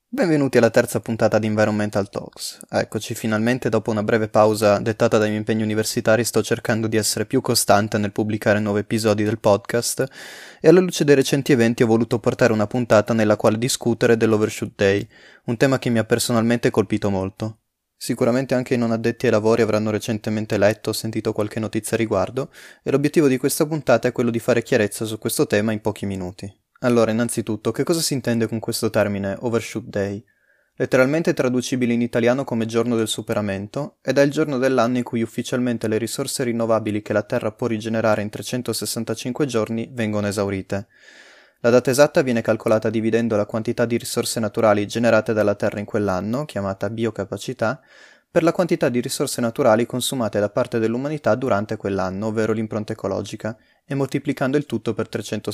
Benvenuti alla terza puntata di Environmental Talks. Eccoci, finalmente dopo una breve pausa dettata dai miei impegni universitari sto cercando di essere più costante nel pubblicare nuovi episodi del podcast e alla luce dei recenti eventi ho voluto portare una puntata nella quale discutere dell'Overshoot Day, un tema che mi ha personalmente colpito molto. Sicuramente anche i non addetti ai lavori avranno recentemente letto o sentito qualche notizia a riguardo e l'obiettivo di questa puntata è quello di fare chiarezza su questo tema in pochi minuti. Allora, innanzitutto, che cosa si intende con questo termine Overshoot Day? Letteralmente traducibile in italiano come giorno del superamento, ed è il giorno dell'anno in cui ufficialmente le risorse rinnovabili che la Terra può rigenerare in 365 giorni vengono esaurite. La data esatta viene calcolata dividendo la quantità di risorse naturali generate dalla Terra in quell'anno, chiamata biocapacità, per la quantità di risorse naturali consumate da parte dell'umanità durante quell'anno, ovvero l'impronta ecologica, e moltiplicando il tutto per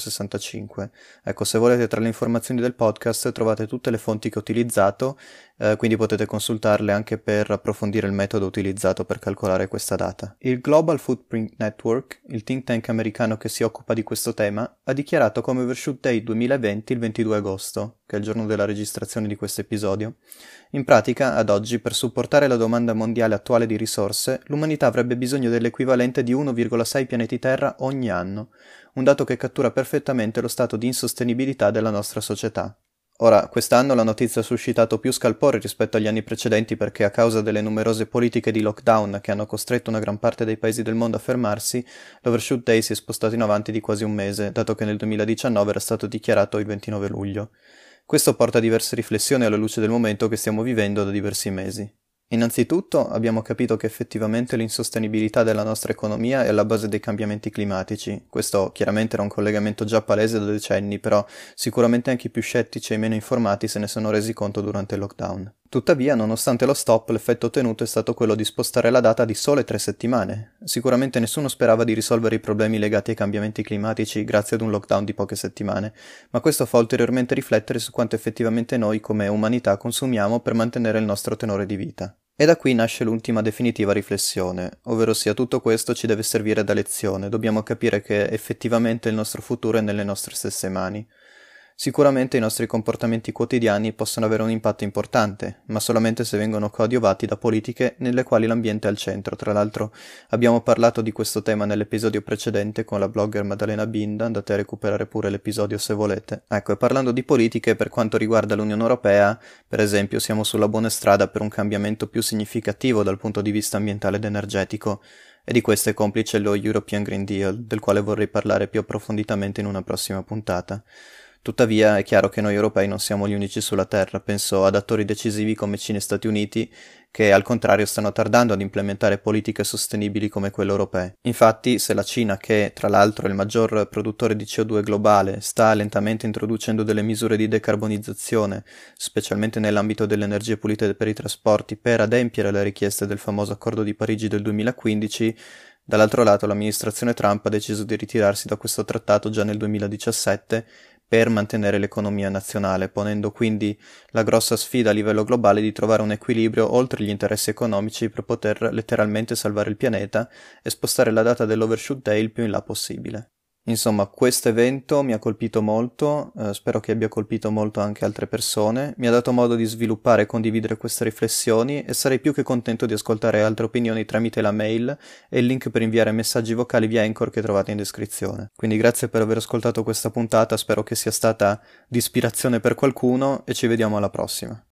365. Ecco, se volete tra le informazioni del podcast trovate tutte le fonti che ho utilizzato, quindi potete consultarle anche per approfondire il metodo utilizzato per calcolare questa data. Il Global Footprint Network, il think tank americano che si occupa di questo tema, ha dichiarato come Overshoot Day 2020 il 22 agosto, che è il giorno della registrazione di questo episodio. In pratica, ad oggi, per supportare la domanda mondiale attuale di risorse, l'umanità avrebbe bisogno dell'equivalente di 1,6 pianeti Terra ogni anno, un dato che cattura perfettamente lo stato di insostenibilità della nostra società. Ora, quest'anno la notizia ha suscitato più scalpore rispetto agli anni precedenti perché a causa delle numerose politiche di lockdown che hanno costretto una gran parte dei paesi del mondo a fermarsi, l'Overshoot Day si è spostato in avanti di quasi un mese, dato che nel 2019 era stato dichiarato il 29 luglio. Questo porta a diverse riflessioni alla luce del momento che stiamo vivendo da diversi mesi. Innanzitutto abbiamo capito che effettivamente l'insostenibilità della nostra economia è alla base dei cambiamenti climatici. Questo chiaramente era un collegamento già palese da decenni, però sicuramente anche i più scettici e i meno informati se ne sono resi conto durante il lockdown. Tuttavia, nonostante lo stop, l'effetto ottenuto è stato quello di spostare la data di sole 3 settimane. Sicuramente nessuno sperava di risolvere i problemi legati ai cambiamenti climatici grazie ad un lockdown di poche settimane, ma questo fa ulteriormente riflettere su quanto effettivamente noi come umanità consumiamo per mantenere il nostro tenore di vita. E da qui nasce l'ultima definitiva riflessione, ovvero sia tutto questo ci deve servire da lezione, dobbiamo capire che effettivamente il nostro futuro è nelle nostre stesse mani. Sicuramente i nostri comportamenti quotidiani possono avere un impatto importante, ma solamente se vengono coadiuvati da politiche nelle quali l'ambiente è al centro. Tra l'altro abbiamo parlato di questo tema nell'episodio precedente con la blogger Maddalena Binda, andate a recuperare pure l'episodio se volete. Ecco, e parlando di politiche, per quanto riguarda l'Unione Europea, per esempio, siamo sulla buona strada per un cambiamento più significativo dal punto di vista ambientale ed energetico, e di questo è complice lo European Green Deal, del quale vorrei parlare più approfonditamente in una prossima puntata. Tuttavia è chiaro che noi europei non siamo gli unici sulla Terra, penso ad attori decisivi come Cina e Stati Uniti, che al contrario stanno tardando ad implementare politiche sostenibili come quelle europee. Infatti, se la Cina, che tra l'altro è il maggior produttore di CO2 globale, sta lentamente introducendo delle misure di decarbonizzazione, specialmente nell'ambito delle energie pulite per i trasporti, per adempiere alle richieste del famoso Accordo di Parigi del 2015, dall'altro lato l'amministrazione Trump ha deciso di ritirarsi da questo trattato già nel 2017 per mantenere l'economia nazionale, ponendo quindi la grossa sfida a livello globale di trovare un equilibrio oltre gli interessi economici per poter letteralmente salvare il pianeta e spostare la data dell'Overshoot Day il più in là possibile. Insomma, questo evento mi ha colpito molto, spero che abbia colpito molto anche altre persone, mi ha dato modo di sviluppare e condividere queste riflessioni e sarei più che contento di ascoltare altre opinioni tramite la mail e il link per inviare messaggi vocali via Anchor che trovate in descrizione. Quindi grazie per aver ascoltato questa puntata, spero che sia stata di ispirazione per qualcuno e ci vediamo alla prossima.